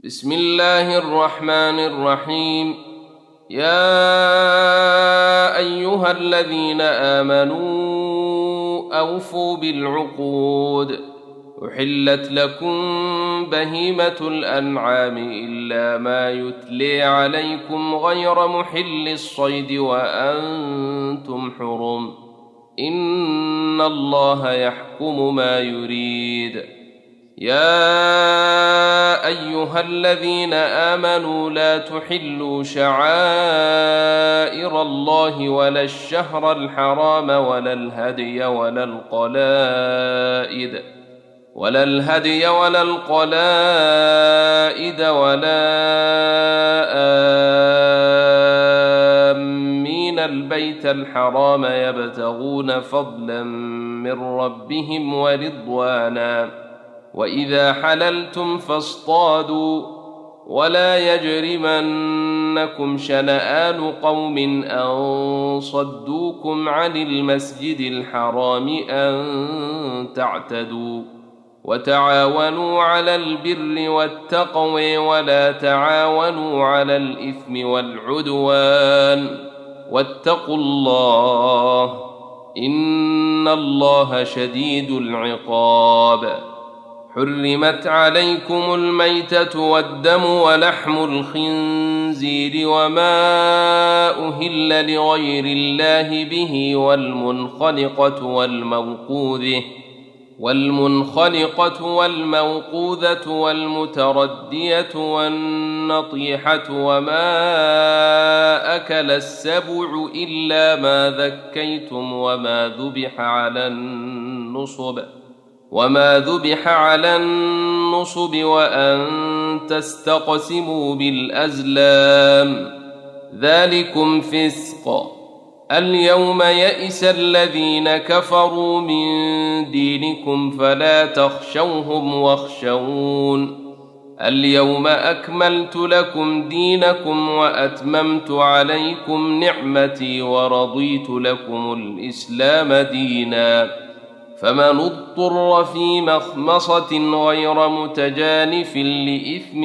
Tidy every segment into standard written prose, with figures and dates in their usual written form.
بسم الله الرحمن الرحيم. يا أيها الذين آمنوا أوفوا بالعقود، أحلت لكم بهيمة الأنعام إلا ما يتلي عليكم غير محل الصيد وأنتم حرم، إن الله يحكم ما يريد. يا أيها الذين آمنوا لا تحلوا شعائر الله ولا الشهر الحرام ولا الهدي ولا القلائد ولا آمين البيت الحرام يبتغون فضلا من ربهم ورضوانا، وإذا حللتم فاصطادوا، ولا يجرمنكم شنآن قوم أن صدوكم عن المسجد الحرام أن تعتدوا، وتعاونوا على البر والتقوى ولا تعاونوا على الإثم والعدوان، واتقوا الله إن الله شديد العقاب. حرمت عليكم الميتة والدم ولحم الخنزير وما أهل لغير الله به والمنخنقة والموقوذة والمتردية والنطيحة وما أكل السبع إلا ما ذكيتم وما ذبح على النصب وأن تستقسموا بالأزلام، ذلكم فسق. اليوم يئس الذين كفروا من دينكم فلا تخشوهم واخشون، اليوم أكملت لكم دينكم وأتممت عليكم نعمتي ورضيت لكم الإسلام دينا، فمن اضطر في مخمصة غير متجانف لإثم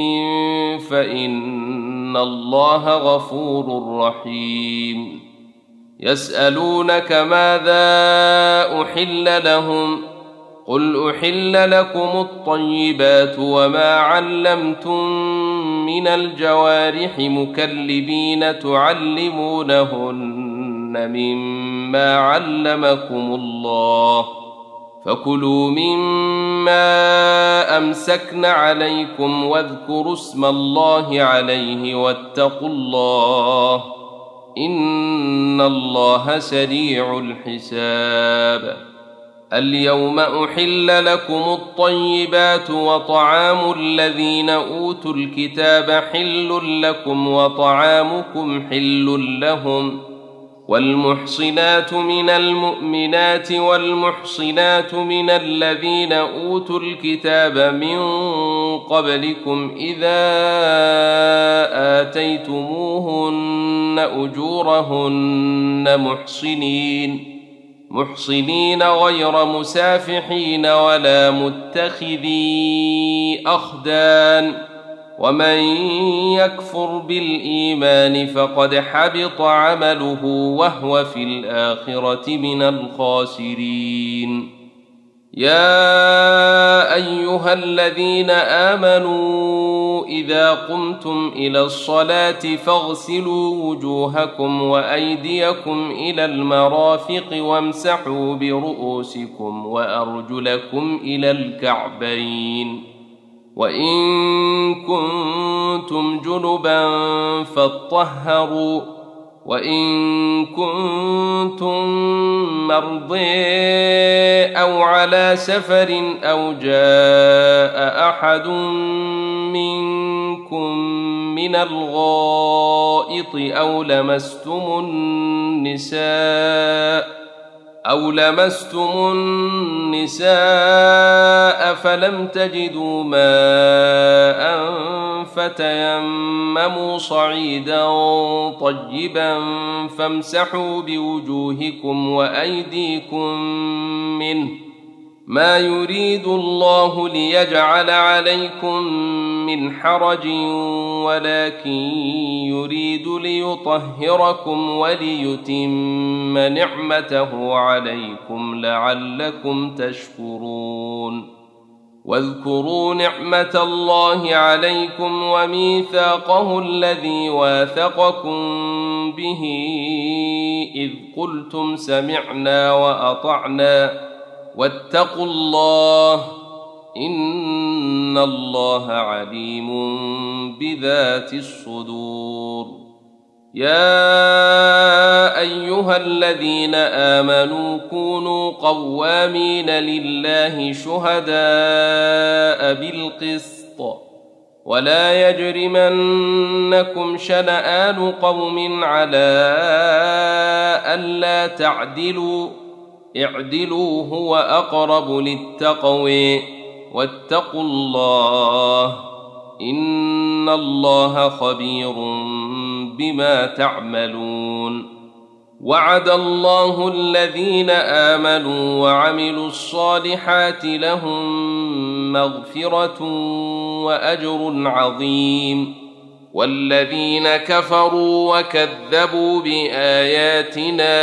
فإن الله غفور رحيم. يسألونك ماذا أحل لهم، قل أحل لكم الطيبات وما علمتم من الجوارح مكلبين تعلمونهن مما علمكم الله، فكلوا مما أمسكن عليكم واذكروا اسم الله عليه واتقوا الله إن الله سريع الحساب. اليوم أحل لكم الطيبات وطعام الذين أوتوا الكتاب حل لكم وطعامكم حل لهم، والمحصنات من المؤمنات والمحصنات من الذين أوتوا الكتاب من قبلكم إذا آتيتموهن أجورهن محصنين غير مسافحين ولا متخذي أخدان، ومن يكفر بالإيمان فقد حبط عمله وهو في الآخرة من الخاسرين. يا أيها الذين آمنوا إذا قمتم إلى الصلاة فاغسلوا وجوهكم وأيديكم إلى المرافق وامسحوا برؤوسكم وأرجلكم إلى الكعبين، وإن كنتم جنبا فاطهروا، وإن كنتم مرضى أو على سفر أو جاء أحد منكم من الغائط أو لمستم النساء فلم تجدوا ماء فتيمموا صعيدا طيبا فامسحوا بوجوهكم وأيديكم منه ما يريد الله ليجعل عليكم من حرج ولكن يريد ليطهركم وليتم نعمته عليكم لعلكم تشكرون واذكروا نعمة الله عليكم وميثاقه الذي واثقكم به إذ قلتم سمعنا وأطعنا واتقوا الله إن الله عليم بذات الصدور يا أيها الذين آمنوا كونوا قوامين لله شهداء بالقسط ولا يجرمنكم شنآن قوم على ألا تعدلوا اعدلوا هو أقرب للتقوى واتقوا الله إن الله خبير بما تعملون وعد الله الذين آمنوا وعملوا الصالحات لهم مغفرة وأجر عظيم والذين كفروا وكذبوا بآياتنا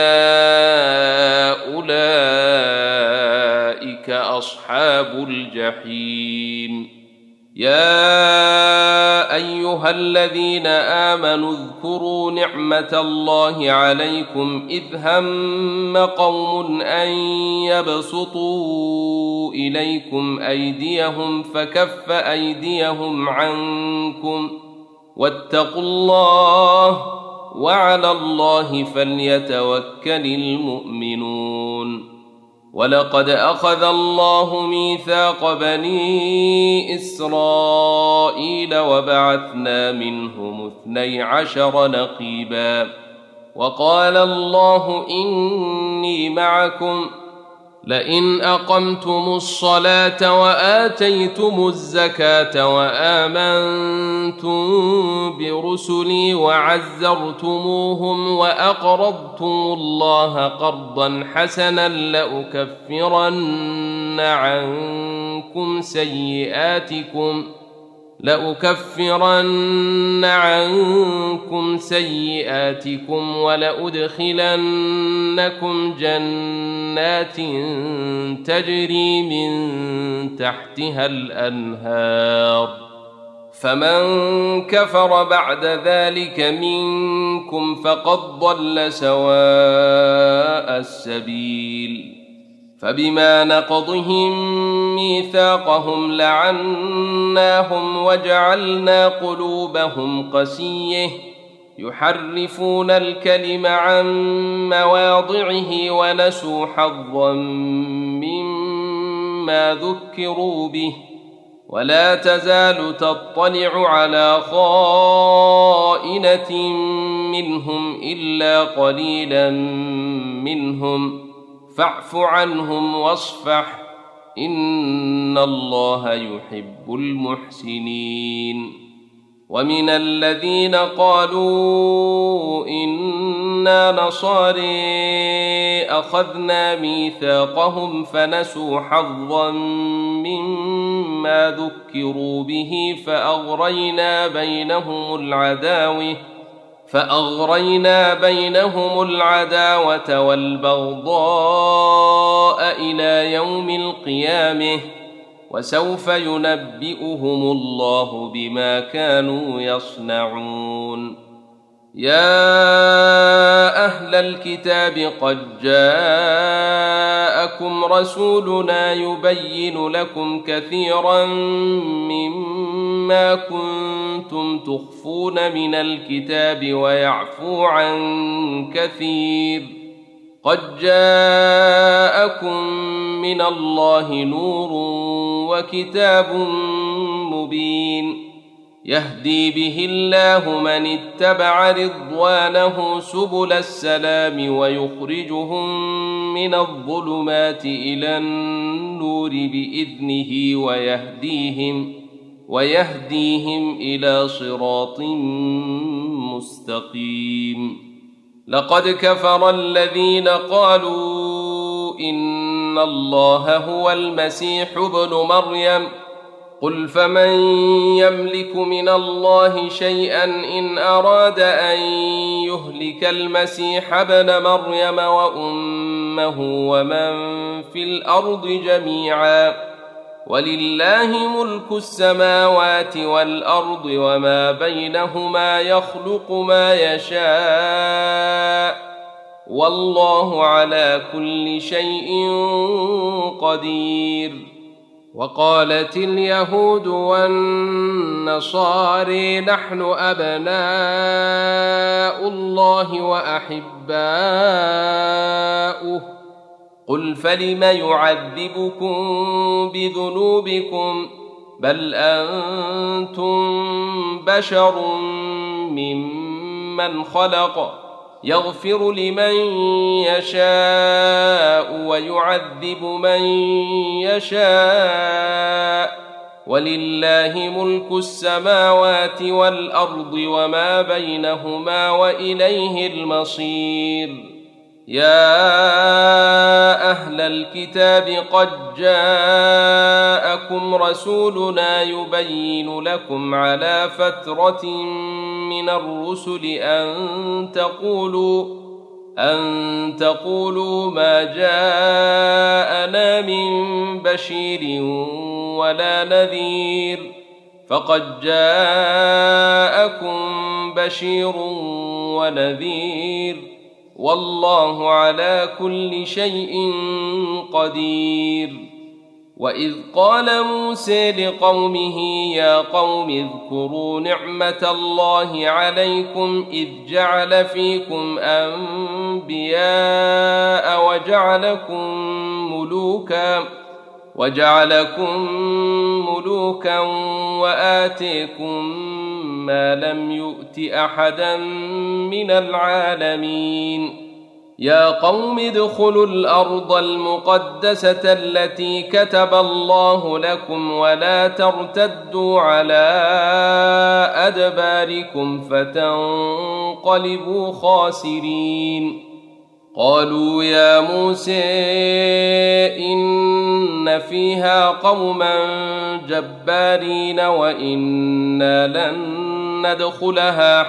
أولئك أصحاب الجحيم يا أيها الذين آمنوا اذكروا نعمة الله عليكم إذ هم قوم أن يبسطوا إليكم أيديهم فكف أيديهم عنكم واتقوا الله وعلى الله فليتوكل المؤمنون ولقد أخذ الله ميثاق بني إسرائيل وبعثنا منهم 12 نقيبا وقال الله إني معكم لئن أقمتم الصلاة وآتيتم الزكاة وآمنتم برسلي وعزرتموهم وأقرضتم الله قرضا حسنا لأكفرن عنكم سيئاتكم ولأدخلنكم جنات تجري من تحتها الأنهار فمن كفر بعد ذلك منكم فقد ضل سواء السبيل فبما نقضهم ميثاقهم لعناهم وجعلنا قلوبهم قسية يحرفون الكلم عن مواضعه ونسوا حظا مما ذكروا به ولا تزال تطلع على خائنة منهم إلا قليلا منهم فاعف عنهم واصفح إن الله يحب المحسنين ومن الذين قالوا إنا نصارى أخذنا ميثاقهم فنسوا حظا مما ذكروا به فأغرينا بينهم العداوة والبغضاء إلى يوم القيامة وسوف ينبئهم الله بما كانوا يصنعون يا أهل الكتاب قد جاءكم رسولنا يبين لكم كثيرا مما كنتم تخفون من الكتاب ويعفو عن كثير قد جاءكم من الله نور وكتاب مبين يهدي به الله من اتبع رضوانه سبل السلام ويخرجهم من الظلمات إلى النور بإذنه ويهديهم إلى صراط مستقيم لقد كفر الذين قالوا إن الله هو المسيح ابن مريم قل فمن يملك من الله شيئا إن أراد أن يهلك المسيح ابن مريم وأمه ومن في الأرض جميعا ولله ملك السماوات والأرض وما بينهما يخلق ما يشاء والله على كل شيء قدير. وقالت اليهود والنصارى نحن أبناء الله وأحباؤه قل فلم يعذبكم بذنوبكم بل أنتم بشر ممن خلق يغفر لمن يشاء ويعذب من يشاء ولله ملك السماوات والأرض وما بينهما وإليه المصير. يا أهل الكتاب قد جاءكم رسولنا يبين لكم على فترة من الرسل أن تقولوا ما جاءنا من بشير ولا نذير فقد جاءكم بشير ونذير والله على كل شيء قدير. وإذ قال موسى لقومه يا قوم اذكروا نعمة الله عليكم إذ جعل فيكم أنبياء وجعلكم ملوكا وآتيكم ما لم يؤت أحدا من العالمين. يا قوم ادخلوا الأرض المقدسة التي كتب الله لكم ولا ترتدوا على أدباركم فتنقلبوا خاسرين. قالوا يا موسى إن فيها قوما جبارين وإنا لن ندخلها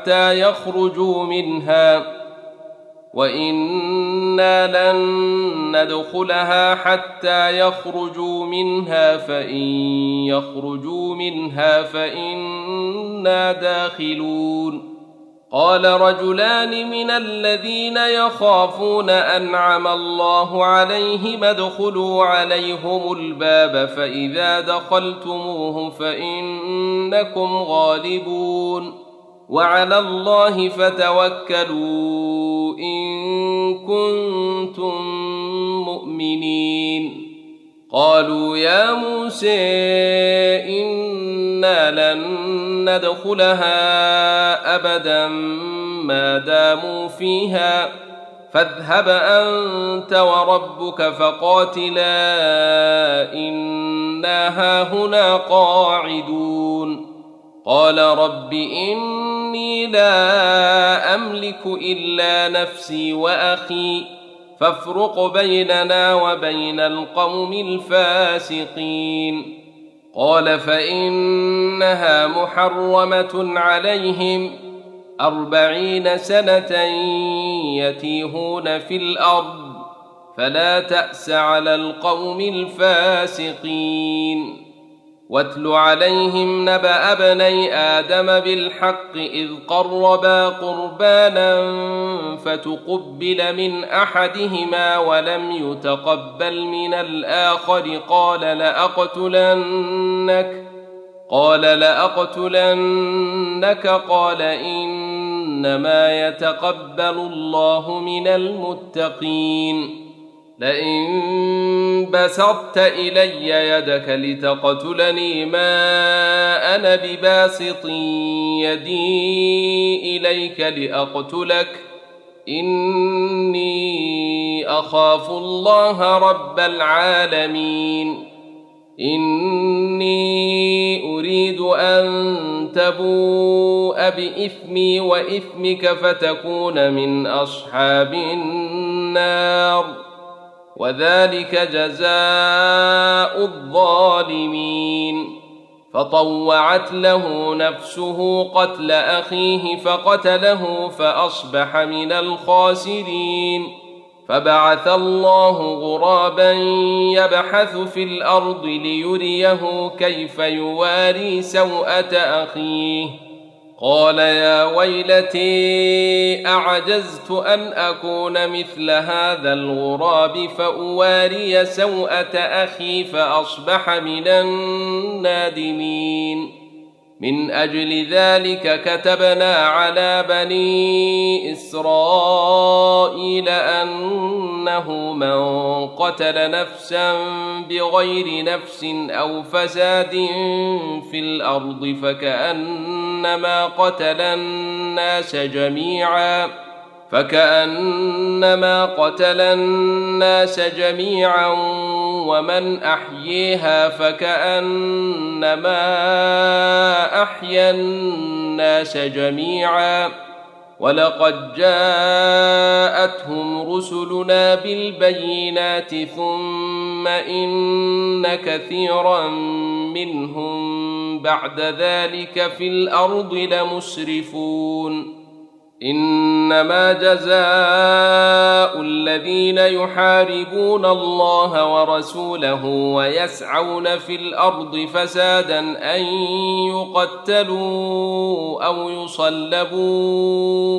حتى يخرجوا منها فإن يخرجوا منها فإنا داخلون. قال رجلان من الذين يخافون أنعم الله عليهم ادخلوا عليهم الباب فإذا دخلتموه فإنكم غالبون وعلى الله فتوكلوا إن كنتم مؤمنين. قالوا يا موسى إنا لن ندخلها أبدا ما داموا فيها فاذهب أنت وربك فقاتلا إنا هاهنا قاعدون. قال رب إني لا أملك إلا نفسي وأخي فافرق بيننا وبين القوم الفاسقين. قال فإنها محرمة عليهم 40 سنة يتيهون في الأرض فلا تأس على القوم الفاسقين. واتل عليهم نبأ ابني آدم بالحق إذ قربا قربانا فتقبل من أحدهما ولم يتقبل من الآخر قال لأقتلنك قال إنما يتقبل الله من المتقين. لئن بسطت إلي يدك لتقتلني ما أنا بباسط يدي إليك لأقتلك إني أخاف الله رب العالمين. إني أريد أن تبوء بإثمي وإثمك فتكون من أصحاب النار وذلك جزاء الظالمين. فطوعت له نفسه قتل أخيه فقتله فأصبح من الخاسرين. فبعث الله غرابا يبحث في الأرض ليريه كيف يواري سوءة أخيه، قال يا ويلتي أعجزت أن أكون مثل هذا الغراب فأواري سوءة أخي فأصبح من النادمين. من أجل ذلك كتبنا على بني إسرائيل أنه من قتل نفسا بغير نفس أو فساد في الأرض فكأنما قتل الناس جميعا ومن أحييها فكأنما أحيا الناس جميعا. ولقد جاءتهم رسلنا بالبينات ثم إن كثيرا منهم بعد ذلك في الأرض لمسرفون. إنما جزاء الذين يحاربون الله ورسوله ويسعون في الأرض فسادا أن يقتلوا أو يصلبوا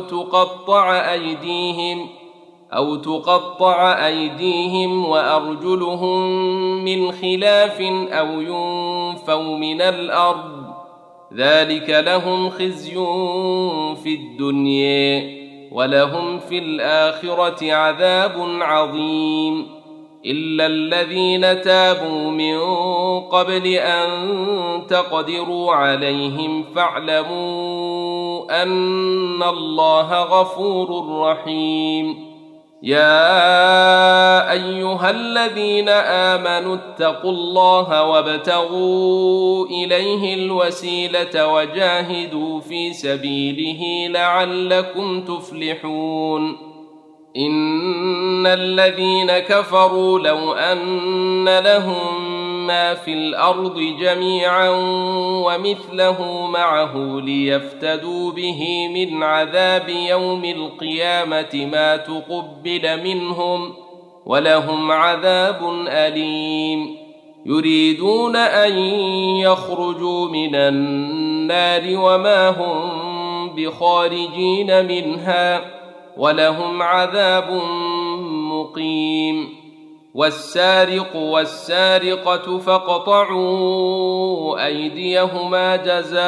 أو تقطع أيديهم وأرجلهم من خلاف أو ينفوا من الأرض، ذلك لهم خزي في الدنيا ولهم في الآخرة عذاب عظيم. إلا الذين تابوا من قبل أن تقدروا عليهم فاعلموا أن الله غفور رحيم. يا أيها الذين آمنوا اتقوا الله وابتغوا إليه الوسيلة وجاهدوا في سبيله لعلكم تفلحون. إن الذين كفروا لو أن لهم ما في الأرض جميعا ومثله معه ليفتدوا به من عذاب يوم القيامة ما تقبل منهم ولهم عذاب أليم. يريدون أن يخرجوا من النار وما هم بخارجين منها ولهم عذاب مقيم. والسارق والسارقة فاقطعوا أيديهما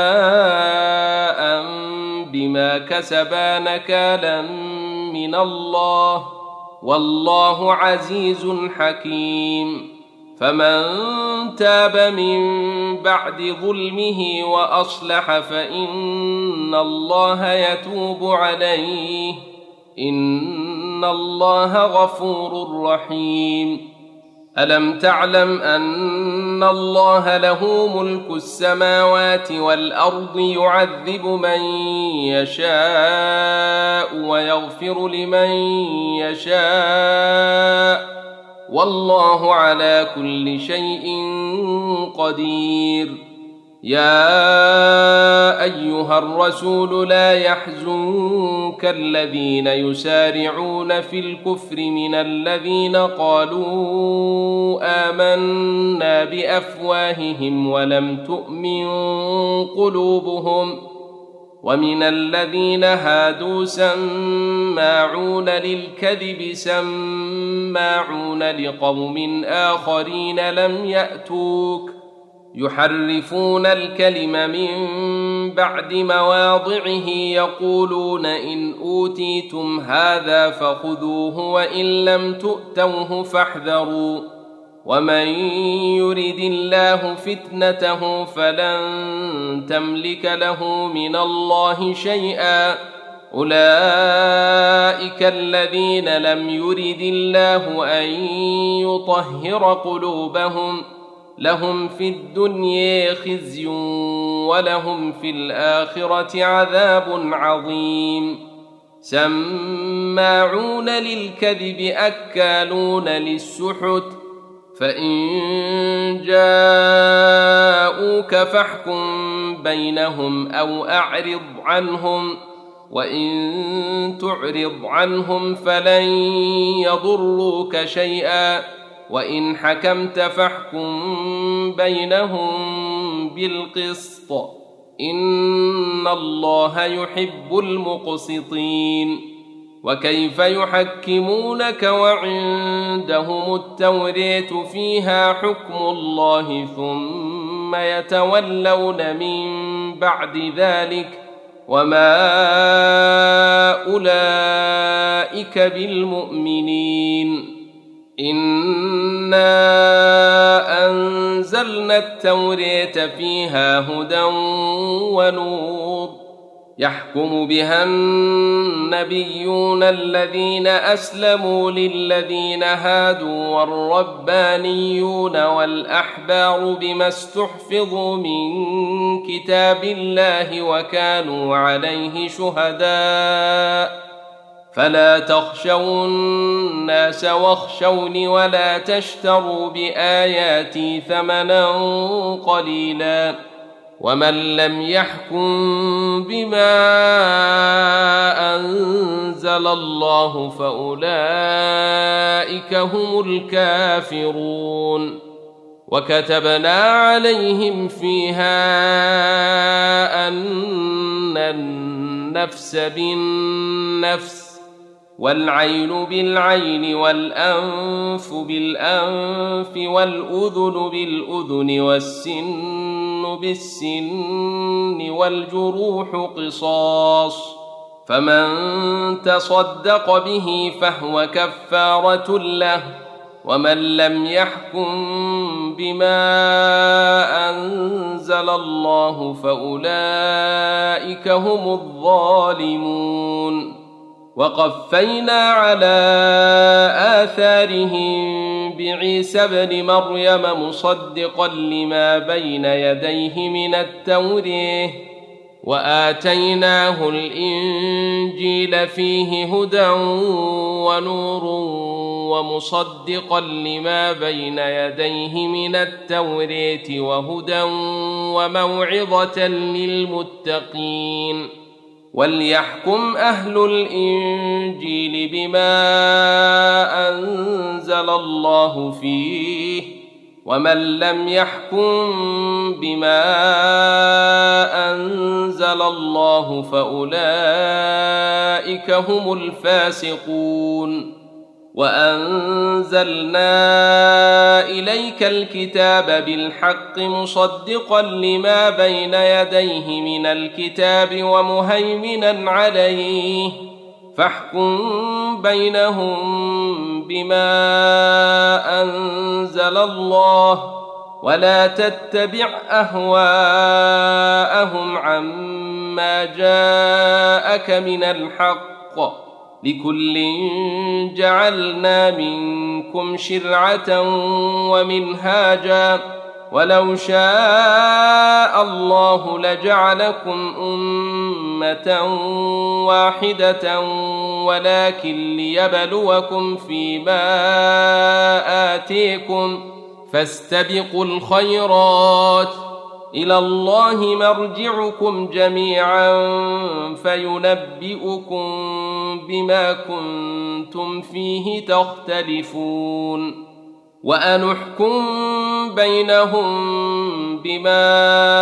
جزاء بما كسبا نكالا من الله والله عزيز حكيم. فمن تاب من بعد ظلمه وأصلح فإن الله يتوب عليه إن الله غفور رحيم. ألم تعلم أن الله له ملك السماوات والأرض يعذب من يشاء ويغفر لمن يشاء والله على كل شيء قدير. يا أيها الرسول لا يحزنك الذين يسارعون في الكفر من الذين قالوا آمنا بأفواههم ولم تؤمن قلوبهم ومن الذين هادوا سماعون للكذب سماعون لقوم آخرين لم يأتوك يحرفون الكلم من بعد مواضعه يقولون إن أوتيتم هذا فخذوه وإن لم تؤتوه فاحذروا ومن يرد الله فتنته فلن تملك له من الله شيئا أولئك الذين لم يرد الله أن يطهر قلوبهم لهم في الدنيا خزي ولهم في الآخرة عذاب عظيم. سماعون للكذب أكالون للسحت فإن جاءوك فاحكم بينهم أو أعرض عنهم وإن تعرض عنهم فلن يضروك شيئا وإن حكمت فاحكم بينهم بالقسط إن الله يحب المقسطين وكيف يحكمونك وعندهم التوراة فيها حكم الله ثم يتولون من بعد ذلك وما أولئك بالمؤمنين إنا أنزلنا التوراة فيها هدى ونور يحكم بها النبيون الذين أسلموا للذين هادوا والربانيون والأحبار بما استحفظوا من كتاب الله وكانوا عليه شهداء فلا تخشوا الناس واخشوني ولا تشتروا بآياتي ثمنا قليلا ومن لم يحكم بما أنزل الله فأولئك هم الكافرون وكتبنا عليهم فيها أن النفس بالنفس والعين بالعين والأنف بالأنف والأذن بالأذن والسن بالسن والجروح قصاص فمن تصدق به فهو كفارة له ومن لم يحكم بما أنزل الله فأولئك هم الظالمون وقفينا على آثارهم بعيسى ابن مريم مصدقا لما بين يديه من التوراة وآتيناه الإنجيل فيه هدى ونور ومصدقا لما بين يديه من التوراة وهدى وموعظة للمتقين وليحكم أهل الإنجيل بما أنزل الله فيه ومن لم يحكم بما أنزل الله فأولئك هم الفاسقون وأنزلنا إليك الكتاب بالحق مصدقا لما بين يديه من الكتاب ومهيمنا عليه فاحكم بينهم بما أنزل الله ولا تتبع أهواءهم عما جاءك من الحق لكل جعلنا منكم شرعة ومنهاجا ولو شاء الله لجعلكم أمة واحدة ولكن ليبلوكم فيما آتيكم فاستبقوا الخيرات إلى الله مرجعكم جميعا فينبئكم بما كنتم فيه تختلفون وأنحكم بينهم بما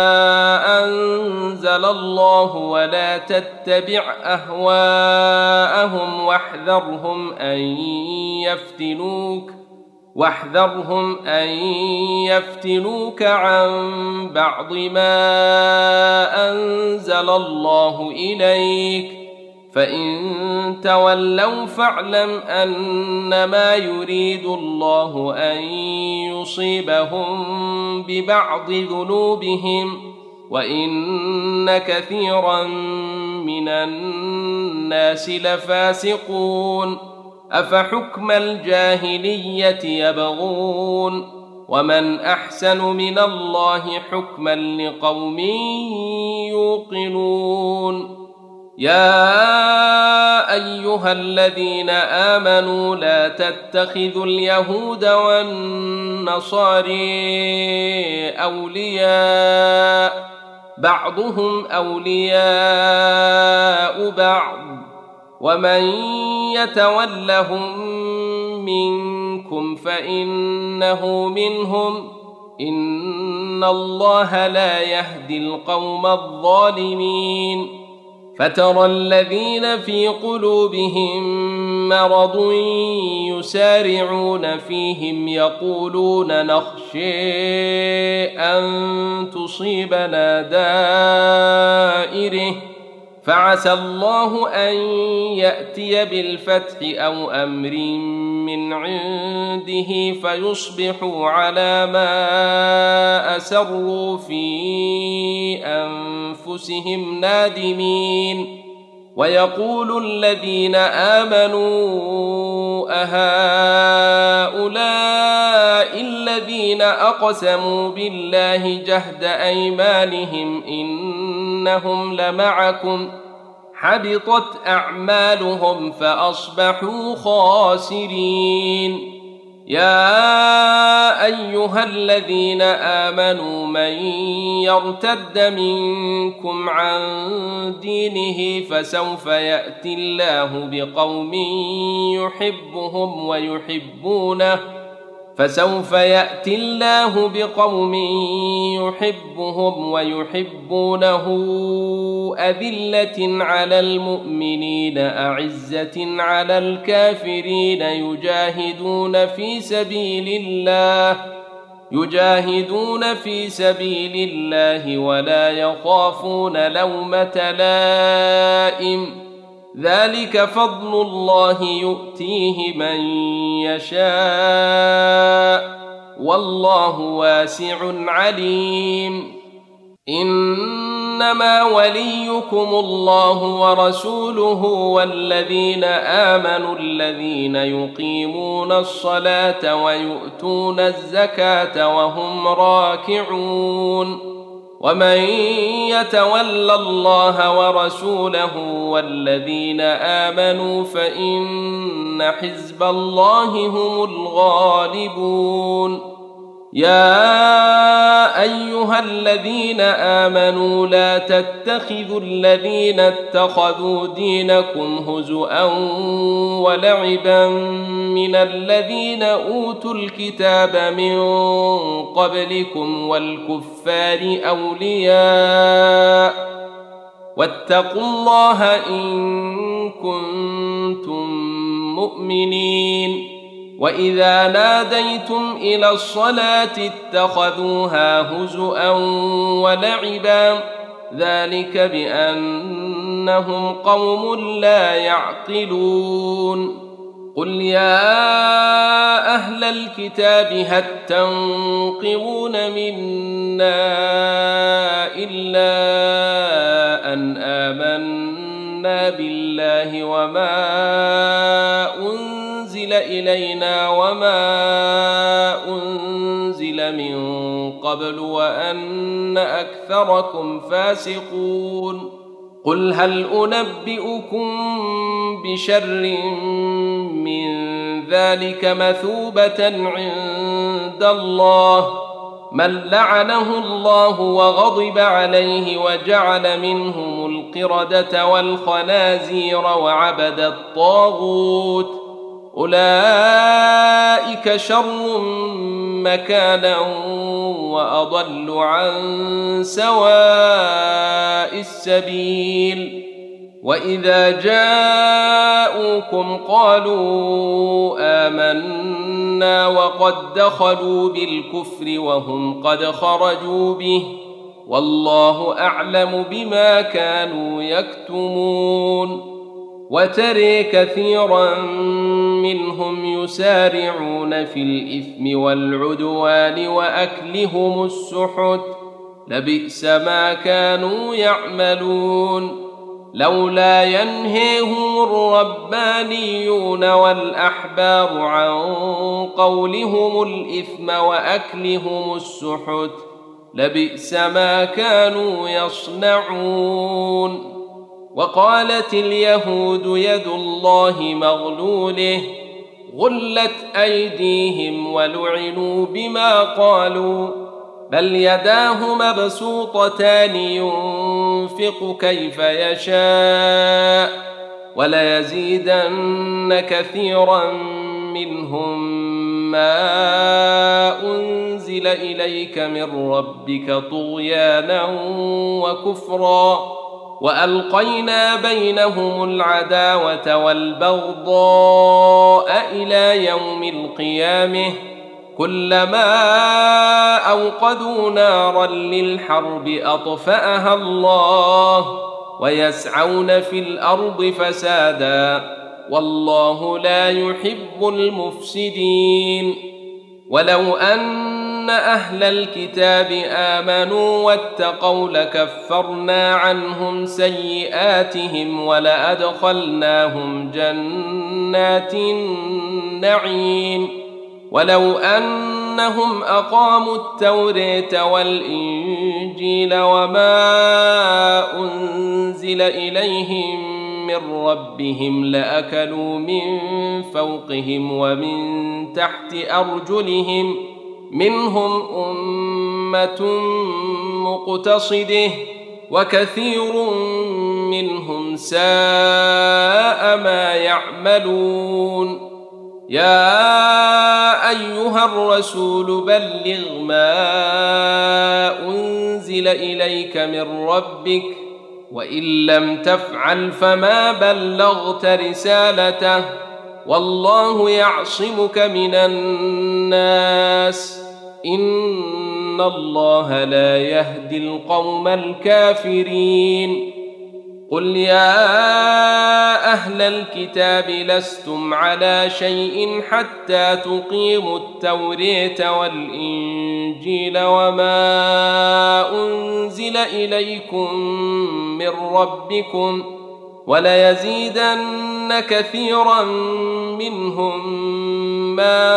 أنزل الله ولا تتبع أهواءهم واحذرهم أن يفتنوك عن بعض ما أنزل الله إليك فإن تولوا فاعلم أنما يريد الله أن يصيبهم ببعض ذنوبهم وإن كثيرا من الناس لفاسقون أفحكم الجاهلية يبغون ومن أحسن من الله حكما لقوم يوقنون يا أيها الذين آمنوا لا تتخذوا اليهود والنصارى أولياء بعضهم أولياء بعض ومن يتولهم منكم فإنه منهم إن الله لا يهدي القوم الظالمين فترى الذين في قلوبهم مرض يسارعون فيهم يقولون نخشى أن تصيبنا دائرة فعسى الله أن يأتي بالفتح أو أمر من عنده فيصبحوا على ما أسروا في أنفسهم نادمين ويقول الذين آمنوا أهؤلاء الذين أقسموا بالله جهد أيمانهم إنهم لمعكم حبطت أعمالهم فأصبحوا خاسرين يا أيها الذين آمنوا من يرتد منكم عن دينه فسوف يأتي الله بقوم يحبهم ويحبونه أذلة على المؤمنين أعزة على الكافرين يجاهدون في سبيل الله ولا يخافون لومة لائم ذلك فضل الله يؤتيه من يشاء والله واسع عليم إنما وليكم الله ورسوله والذين آمنوا الذين يقيمون الصلاة ويؤتون الزكاة وهم راكعون ومن يتول الله ورسوله والذين آمنوا فإن حزب الله هم الغالبون يا أيها الذين آمنوا لا تتخذوا الذين اتخذوا دينكم هزؤا ولعبا من الذين أوتوا الكتاب من قبلكم والكفار أولياء واتقوا الله إن كنتم مؤمنين وإذا ناديتم إلى الصلاة اتخذوها هزؤا ولعبا ذلك بأنهم قوم لا يعقلون قل يا أهل الكتاب هل تنقمون منا إلا أن آمنا بالله وما أنزل إلينا وما أنزل من قبل وأن أكثركم فاسقون قل هل أنبئكم بشر من ذلك مثوبة عند الله من لعنه الله وغضب عليه وجعل منهم القردة والخنازير وعبد الطاغوت أولئك شر مكانا وأضل عن سواء السبيل وإذا جاءوكم قالوا آمنا وقد دخلوا بالكفر وهم قد خرجوا به والله أعلم بما كانوا يكتمون وترى كثيرا منهم يسارعون في الإثم والعدوان وأكلهم السحت لبئس ما كانوا يعملون لولا ينهيهم الربانيون والأحبار عن قولهم الإثم وأكلهم السحت لبئس ما كانوا يصنعون وقالت اليهود يد الله مغلوله غلت أيديهم ولعنوا بما قالوا بل يداه مبسوطتان ينفق كيف يشاء وليزيدن كثيرا منهم ما أنزل إليك من ربك طغيانا وكفرا وألقينا بينهم العداوة والبغضاء إلى يوم القيامة كلما أوقدوا نارا للحرب أطفأها الله ويسعون في الأرض فسادا والله لا يحب المفسدين ولو أن أهل الكتاب آمنوا واتقوا لكفرنا عنهم سيئاتهم ولأدخلناهم جنات النعيم ولو أنهم أقاموا التوراة والإنجيل وما أنزل إليهم من ربهم لأكلوا من فوقهم ومن تحت أرجلهم منهم أمة مقتصده وكثير منهم ساء ما يعملون يا أيها الرسول بلغ ما أنزل إليك من ربك وإن لم تفعل فما بلغت رسالته والله يعصمك من الناس إن الله لا يهدي القوم الكافرين قل يا أهل الكتاب لستم على شيء حتى تقيموا التوراة والإنجيل وما أنزل إليكم من ربكم وليزيدن كثيرا منهم ما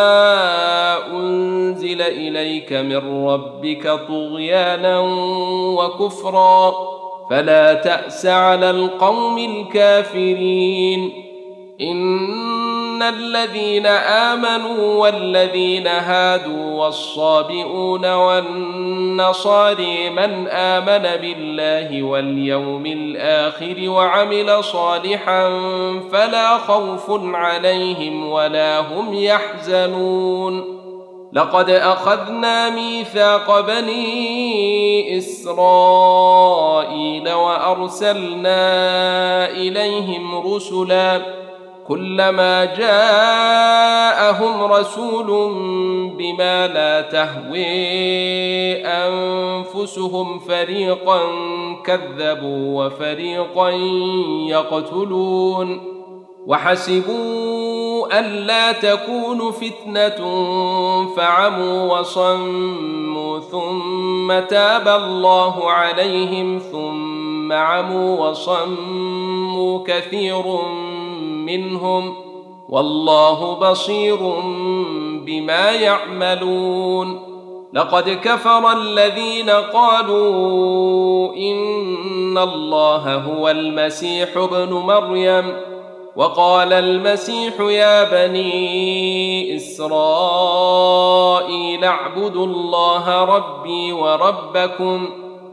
أنزل إليك من ربك طغيانا وكفرا فلا تأس على القوم الكافرين إن الذين آمنوا والذين هادوا والصابئون والنصاري من آمن بالله واليوم الآخر وعمل صالحا فلا خوف عليهم ولا هم يحزنون لقد أخذنا ميثاق بني إسرائيل وأرسلنا إليهم رسلا كلما جاءهم رسول بما لا تهوي أنفسهم فريقا كذبوا وفريقا يقتلون وحسبوا ألا تكون فتنة فعموا وصموا ثم تاب الله عليهم ثم عموا وصموا كثير منهم والله بصير بما يعملون لقد كفر الذين قالوا إن الله هو المسيح ابن مريم وقال المسيح يا بني إسرائيل اعبدوا الله ربي وربكم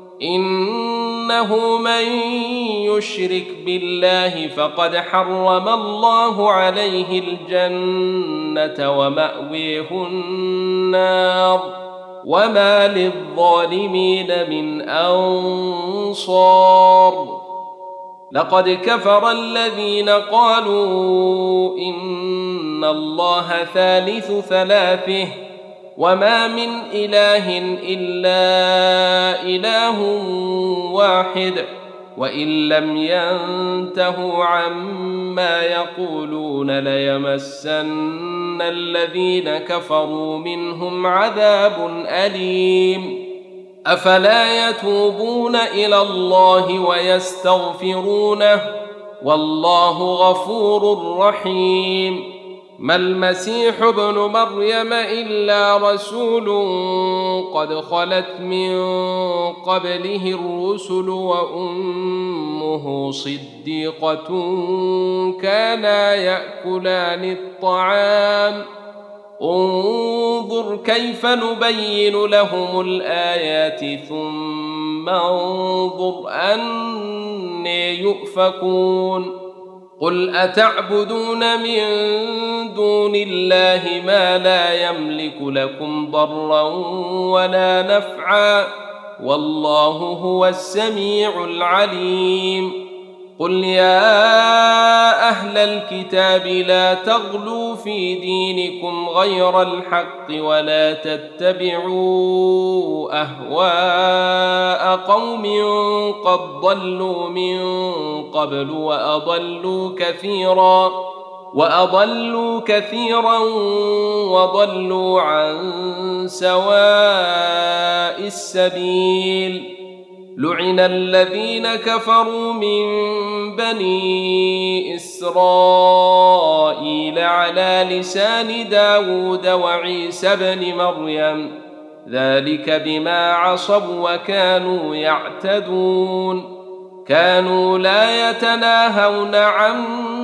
إنه من يشرك بالله فقد حرم الله عليه الجنة ومأويه النار وما للظالمين من أنصار لقد كفر الذين قالوا إن الله ثالث ثلاثه وما من إله إلا إله واحد وإن لم ينتهوا عما يقولون ليمسن الذين كفروا منهم عذاب أليم أفلا يتوبون إلى الله ويستغفرونه والله غفور رحيم ما المسيح ابن مريم إلا رسول قد خلت من قبله الرسل وأمه صديقة كانا يأكلان الطعام انظر كيف نبين لهم الآيات ثم انظر أنى يؤفكون قل أتعبدون من دون الله ما لا يملك لكم ضرا ولا نفعا والله هو السميع العليم قل يا أهل الكتاب لا تغلوا في دينكم غير الحق ولا تتبعوا أهواء قوم قد ضلوا من قبل وأضلوا كثيرا وضلوا عن سواء السبيل لعن الذين كفروا من بني إسرائيل على لسان داود وعيسى بن مريم ذلك بما عصوا وكانوا يعتدون كانوا لا يتناهون عن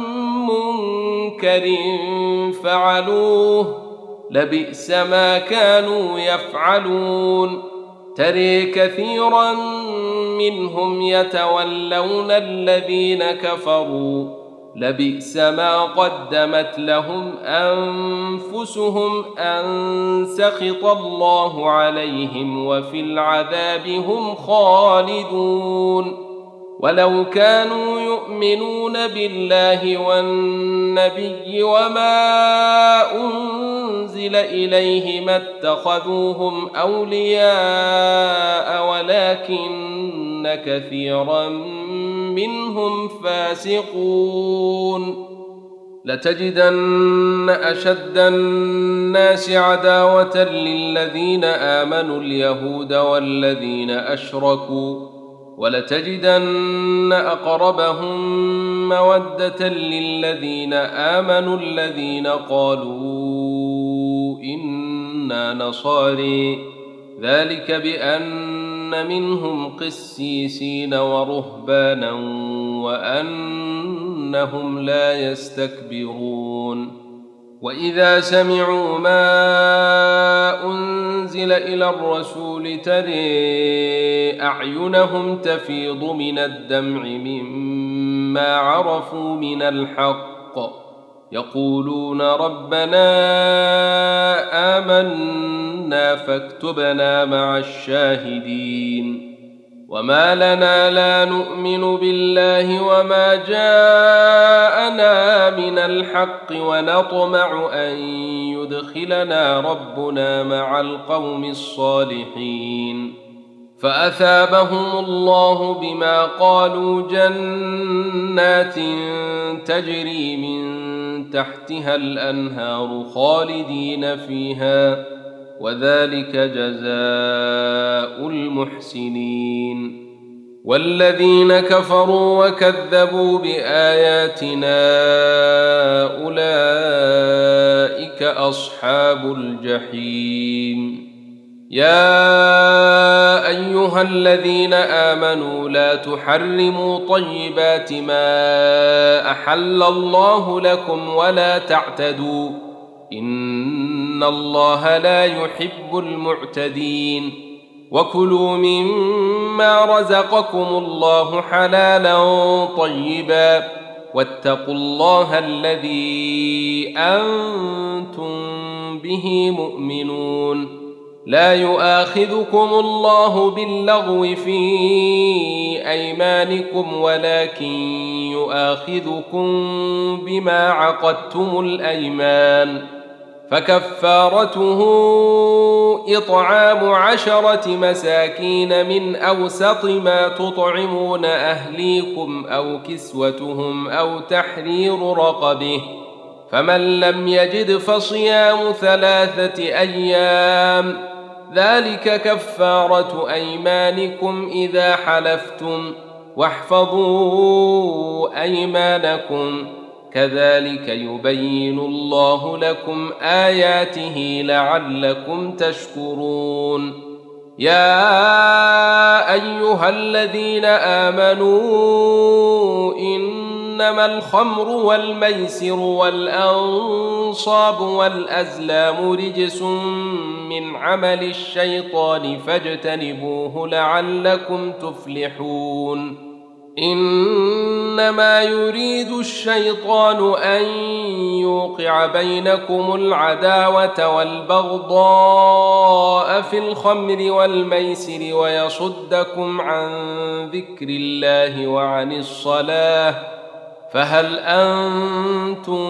منكر فعلوه لبئس ما كانوا يفعلون ترى كثيرا منهم يتولون الذين كفروا لبئس ما قدمت لهم أنفسهم أن سخط الله عليهم وفي العذاب هم خالدون ولو كانوا يؤمنون بالله والنبي وما أنزل إليه ما اتخذوهم أولياء ولكن كثيرا منهم فاسقون لتجدن أشد الناس عداوة للذين آمنوا اليهود والذين أشركوا ولتجدن أقربهم مودة للذين آمنوا الذين قالوا إنا نصارى ذلك بأن منهم قسيسين ورهبانا وأنهم لا يستكبرون وإذا سمعوا ما أنزل إلى الرسول ترى أعينهم تفيض من الدمع مما عرفوا من الحق يقولون ربنا آمنا فاكتبنا مع الشاهدين وما لنا لا نؤمن بالله وما جاءنا من الحق ونطمع أن يدخلنا ربنا مع القوم الصالحين فأثابهم الله بما قالوا جنات تجري من تحتها الأنهار خالدين فيها وذلك جزاء المحسنين والذين كفروا وكذبوا بآياتنا أولئك أصحاب الجحيم يا أيها الذين آمنوا لا تحرموا طيبات ما أحل الله لكم ولا تعتدوا إن الله لا يحب المعتدين وكلوا مما رزقكم الله حلالا طيبا واتقوا الله الذي أنتم به مؤمنون لا يؤاخذكم الله باللغو في أيمانكم ولكن يؤاخذكم بما عقدتم الأيمان فكفارته إطعام 10 مساكين من أوسط ما تطعمون أهليكم أو كسوتهم أو تحرير رقبه فمن لم يجد فصيام 3 أيام ذلك كفارة أيمانكم إذا حلفتم واحفظوا أيمانكم كذلك يبين الله لكم آياته لعلكم تشكرون يا أيها الذين آمنوا إنما الخمر والميسر والأنصاب والأزلام رجس من عمل الشيطان فاجتنبوه لعلكم تفلحون إنما يريد الشيطان أن يوقع بينكم العداوة والبغضاء في الخمر والميسر ويصدكم عن ذكر الله وعن الصلاة فهل أنتم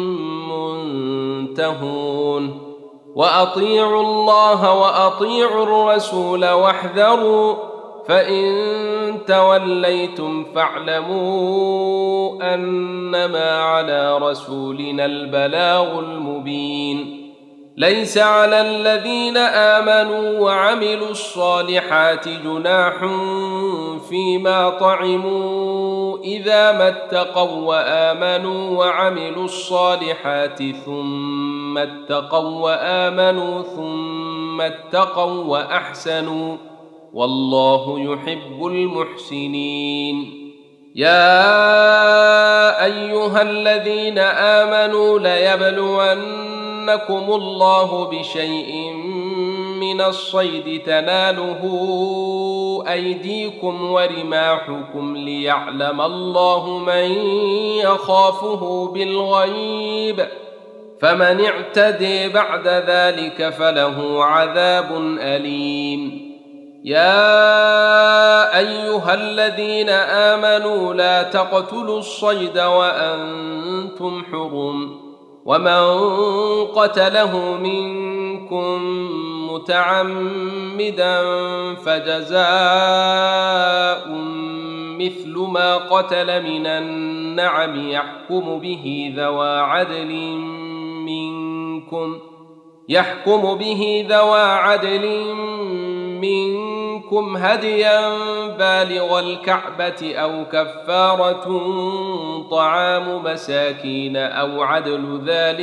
منتهون وأطيعوا الله وأطيعوا الرسول واحذروا فإن توليتم فاعلموا أنما على رسولنا البلاغ المبين ليس على الذين آمنوا وعملوا الصالحات جناح فيما طعموا إذا ما اتقوا وآمنوا وعملوا الصالحات ثم اتقوا وآمنوا ثم اتقوا وأحسنوا والله يحب المحسنين يا أيها الذين آمنوا ليبلونكم الله بشيء من الصيد تناله أيديكم ورماحكم ليعلم الله من يخافه بالغيب فمن اعتدي بعد ذلك فله عذاب أليم يا أيها الذين آمنوا لا تقتلوا الصيد وأنتم حرم ومن قتله منكم متعمدا فجزاء مثل ما قتل من النعم يحكم به ذوى عدل منكم هديا بالغ الكعبة أو كفارة طعام مساكين أو عدل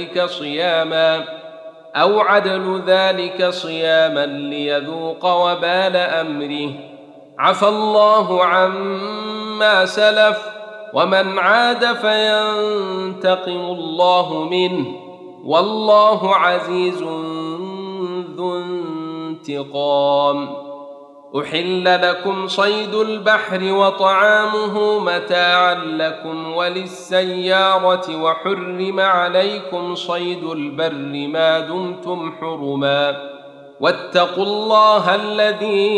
ذلك صياما ليذوق وبال أمره عفى الله عما سلف ومن عاد فينتقم الله منه والله عزيز ذو انتقام أحل لكم صيد البحر وطعامه متاعا لكم وللسيارة وحرم عليكم صيد البر ما دمتم حرما واتقوا الله الذي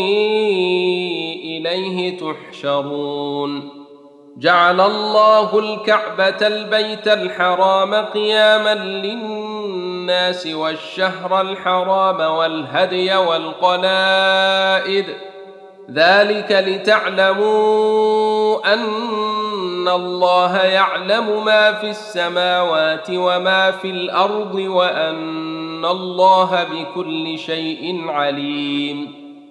إليه تحشرون جعل الله الكعبة البيت الحرام قياما للناس والشهر الحرام والهدي والقلائد ذلك لتعلموا أن الله يعلم ما في السماوات وما في الأرض وأن الله بكل شيء عليم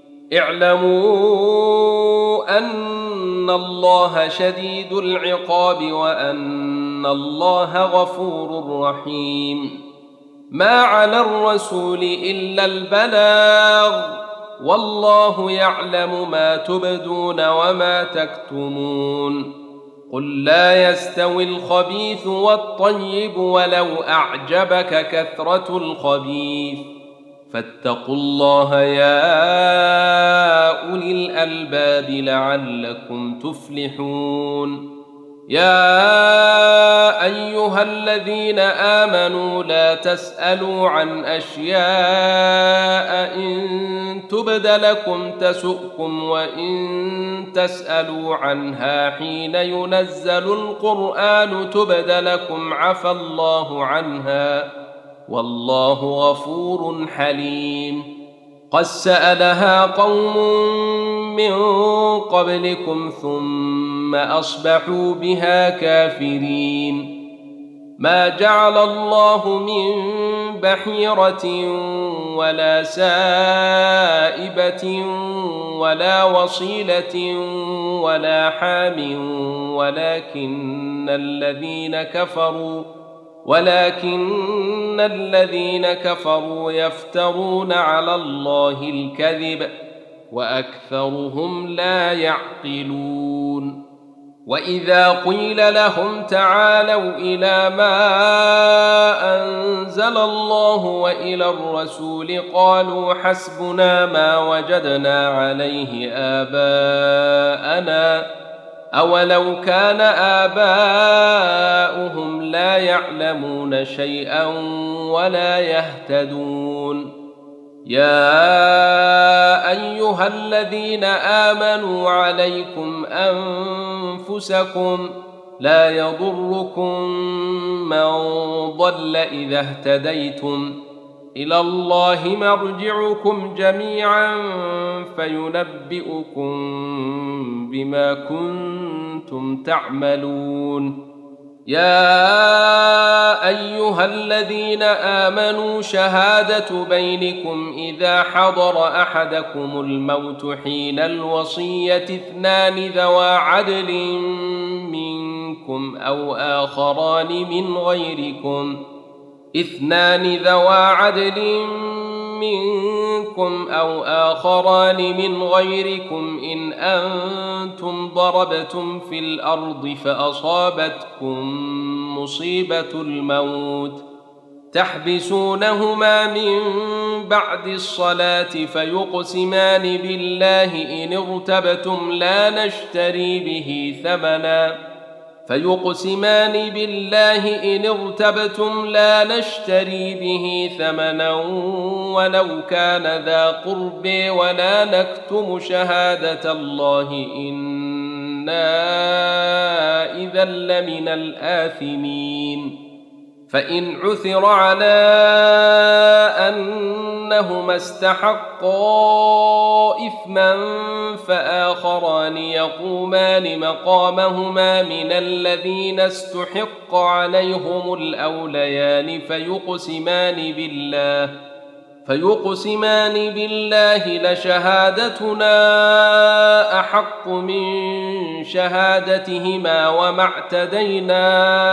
اعلموا أن الله شديد العقاب وأن الله غفور رحيم ما على الرسول إلا البلاغ والله يعلم ما تبدون وما تكتمون قل لا يستوي الخبيث والطيب ولو أعجبك كثرة الخبيث فاتقوا الله يا أولي الألباب لعلكم تفلحون يا أيها الذين آمنوا لا تسألوا عن أشياء إن تبد لكم تسؤكم وإن تسألوا عنها حين ينزل القرآن تبد لكم عفى الله عنها والله غفور حليم قد سألها قوم من قبلكم ثم أصبحوا بها كافرين ما جعل الله من بحيرة ولا سائبة ولا وصيلة ولا حام ولكن الذين كفروا يفترون على الله الكذب وأكثرهم لا يعقلون وإذا قيل لهم تعالوا إلى ما أنزل الله وإلى الرسول قالوا حسبنا ما وجدنا عليه آباءنا أولو كان آباؤهم لا يعلمون شيئا ولا يهتدون يا أيها الذين آمنوا عليكم أنفسكم لا يضركم من ضل إذا اهتديتم إلى الله مرجعكم جميعا فينبئكم بما كنتم تعملون يا أيها الذين آمنوا شهادة بينكم إذا حضر أحدكم الموت حين الوصية اثنان ذوى عدل منكم أو آخران من غيركم إن أنتم ضربتم في الأرض فأصابتكم مصيبة الموت تحبسونهما من بعد الصلاة فيقسمان بالله إن ارتبتم لا نشتري به ثمنا ولو كان ذا قرب ولا نكتم شهادة الله إنا إذا لمن الآثمين فإن عثر على أنهما استحقا إثما فآخران يقومان مقامهما من الذين استحق عليهم الأوليان فيقسمان بالله لشهادتنا أحق من شهادتهما وما اعتدينا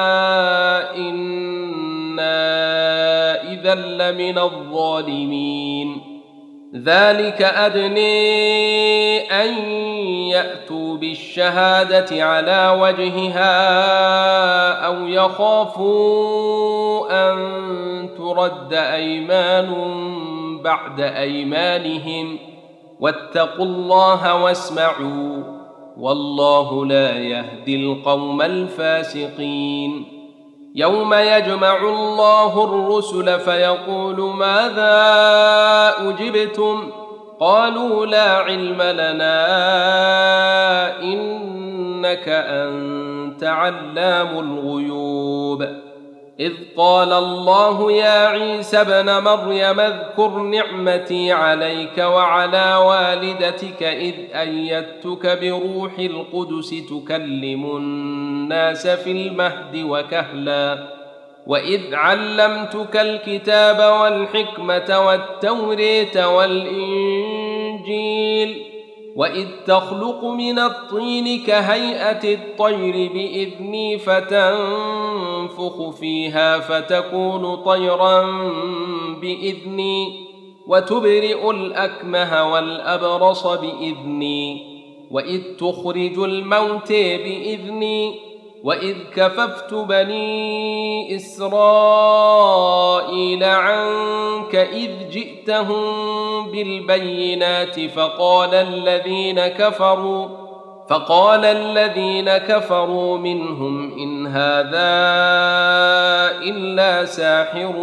إنا إذا لمن الظالمين ذلك أدني أن يأتوا بالشهادة على وجهها أو يخافوا أن ترد أيمان بعد أيمانهم واتقوا الله واسمعوا والله لا يهدي القوم الفاسقين يوم يجمع الله الرسل فيقول ماذا أجبتم قالوا لا علم لنا إنك أنت علام الغيوب إذ قال الله يا عيسى ابن مريم اذكر نعمتي عليك وعلى والدتك إذ أيدتك بروح القدس تكلم الناس في المهد وكهلا وإذ علمتك الكتاب والحكمة والتوراة والإنجيل وإذ تخلق من الطين كهيئة الطير بإذني فتنفخ فيها فتكون طيرا بإذني وتبرئ الأكمه والأبرص بإذني وإذ تخرج الموت بإذني وإذ كففت بني إسرائيل عنك إذ جئتهم بالبينات فقال الذين كفروا منهم إن هذا إلا ساحر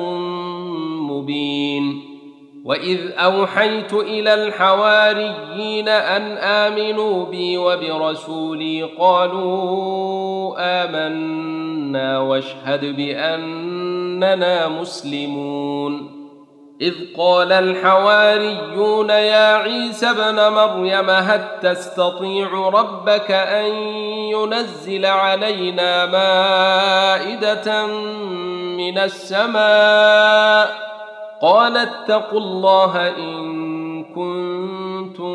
مبين وإذ أوحيت إلى الحواريين أن آمنوا بي وبرسولي قالوا آمنا واشهد بأننا مسلمون إذ قال الحواريون يا عيسى ابن مريم هل تستطيع ربك أن ينزل علينا مائدة من السماء قال اتقوا الله إن كنتم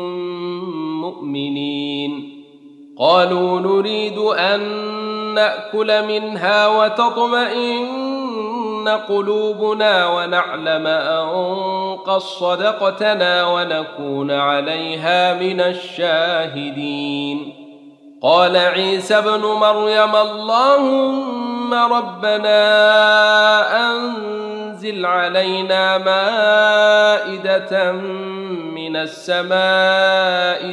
مؤمنين قالوا نريد أن نأكل منها وتطمئن قلوبنا ونعلم أن قد صدقتنا ونكون عليها من الشاهدين قال عيسى ابن مريم اللهم ربنا أنزل علينا مائدة من السماء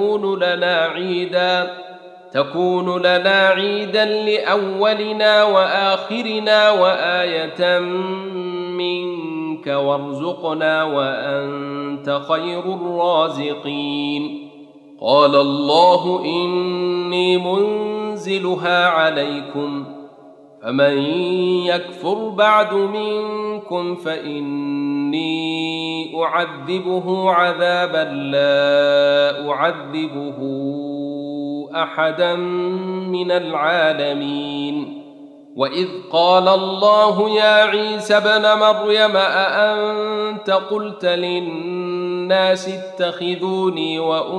تكون لنا عيدا لأولنا وآخرنا وآية منك وارزقنا وأنت خير الرازقين. قال الله إني منزلها عليكم فمن يكفر بعد منكم فإني أعذبه عذابا لا أعذبه أحدا من العالمين. وإذ قال الله يا عيسى ابن مريم أأنت قلت للناس اتخذوني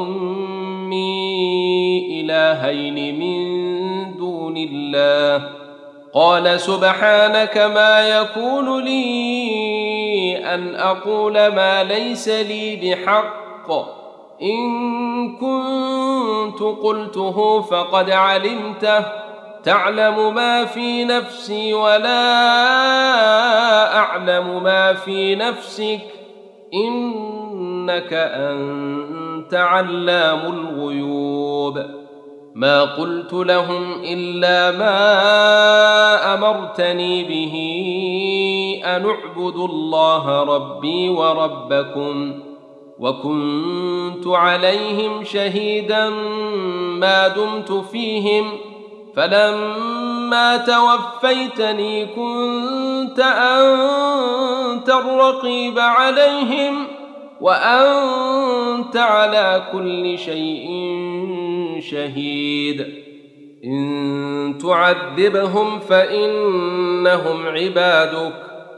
وأمي إلهين من دون الله قال سبحانك ما يكون لي أن أقول ما ليس لي بحق إن كنت قلته فقد علمته تعلم ما في نفسي ولا أعلم ما في نفسك إنك أنت علام الغيوب. ما قلت لهم إلا ما أمرتني به أن اعبدوا الله ربي وربكم وكنت عليهم شهيدا ما دمت فيهم فلما توفيتني كنت أنت الرقيب عليهم وأنت على كل شيء شهيد. إن تعذبهم فإنهم عبادك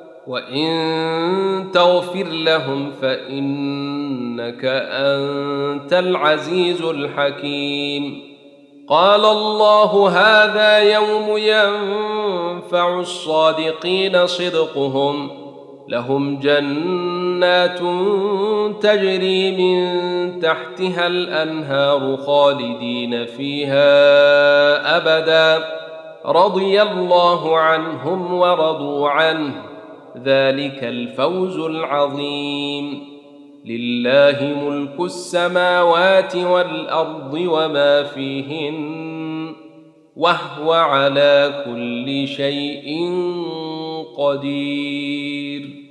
وإن تغفر لهم فإنك أنت العزيز الحكيم. قال الله هذا يوم ينفع الصادقين صدقهم لهم جنات تجري من تحتها الأنهار خالدين فيها أبدا رضي الله عنهم ورضوا عنه ذلك الفوز العظيم. لله ملك السماوات والأرض وما فيهن وهو على كل شيء قدير.